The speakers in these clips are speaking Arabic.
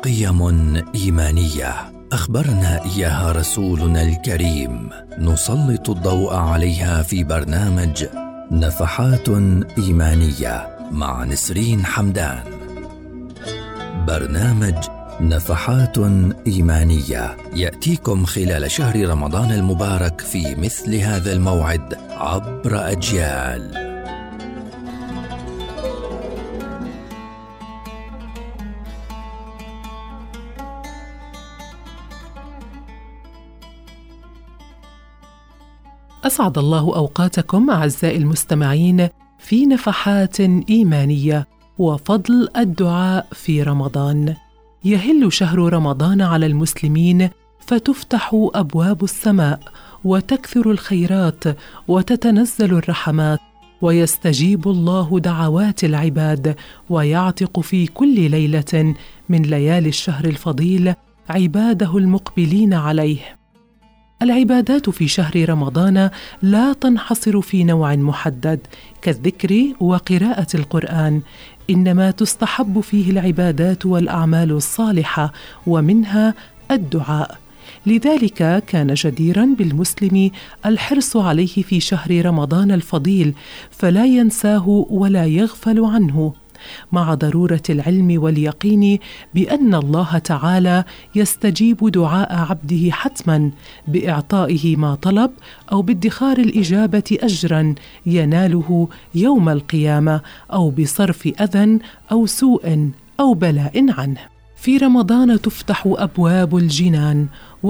قيم إيمانية أخبرنا إياها رسولنا الكريم، نسلط الضوء عليها في برنامج نفحات إيمانية مع نسرين حمدان. برنامج نفحات إيمانية يأتيكم خلال شهر رمضان المبارك في مثل هذا الموعد عبر أجيال. أسعد الله أوقاتكم أعزائي المستمعين في نفحات إيمانية وفضل الدعاء في رمضان. يهل شهر رمضان على المسلمين فتفتح أبواب السماء وتكثر الخيرات وتتنزل الرحمات، ويستجيب الله دعوات العباد ويعتق في كل ليلة من ليالي الشهر الفضيل عباده المقبلين عليه. العبادات في شهر رمضان لا تنحصر في نوع محدد كالذكر وقراءة القرآن، إنما تستحب فيه العبادات والأعمال الصالحة ومنها الدعاء. لذلك كان جديراً بالمسلم الحرص عليه في شهر رمضان الفضيل، فلا ينساه ولا يغفل عنه، مع ضرورة العلم واليقين بأن الله تعالى يستجيب دعاء عبده حتماً بإعطائه ما طلب أو بادخار الإجابة أجراً يناله يوم القيامة، أو بصرف أذى أو سوء أو بلاء عنه. في رمضان تفتح أبواب الجنان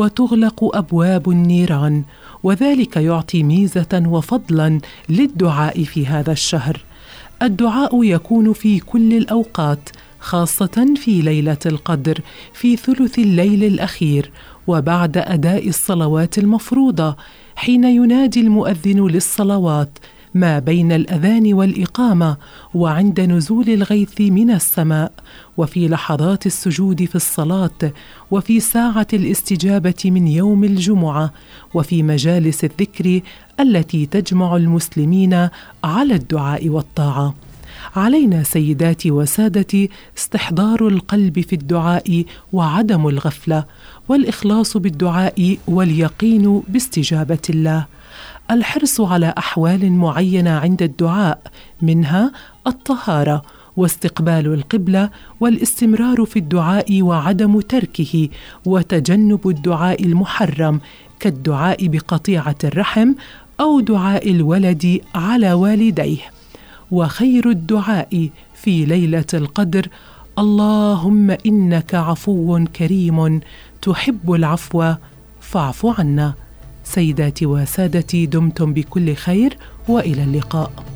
وتغلق أبواب النيران، وذلك يعطي ميزة وفضلاً للدعاء في هذا الشهر. الدعاء يكون في كل الأوقات، خاصة في ليلة القدر في ثلث الليل الأخير، وبعد أداء الصلوات المفروضة، حين ينادي المؤذن للصلوات ما بين الأذان والإقامة، وعند نزول الغيث من السماء، وفي لحظات السجود في الصلاة، وفي ساعة الاستجابة من يوم الجمعة، وفي مجالس الذكر التي تجمع المسلمين على الدعاء والطاعة. علينا سيداتي وسادتي استحضار القلب في الدعاء وعدم الغفلة، والإخلاص بالدعاء واليقين باستجابة الله. الحرص على أحوال معينة عند الدعاء، منها الطهارة واستقبال القبلة والاستمرار في الدعاء وعدم تركه، وتجنب الدعاء المحرم كالدعاء بقطيعة الرحم أو دعاء الولد على والديه. وخير الدعاء في ليلة القدر: اللهم إنك عفو كريم تحب العفو فاعف عنا. سيداتي وسادتي، دمتم بكل خير، وإلى اللقاء.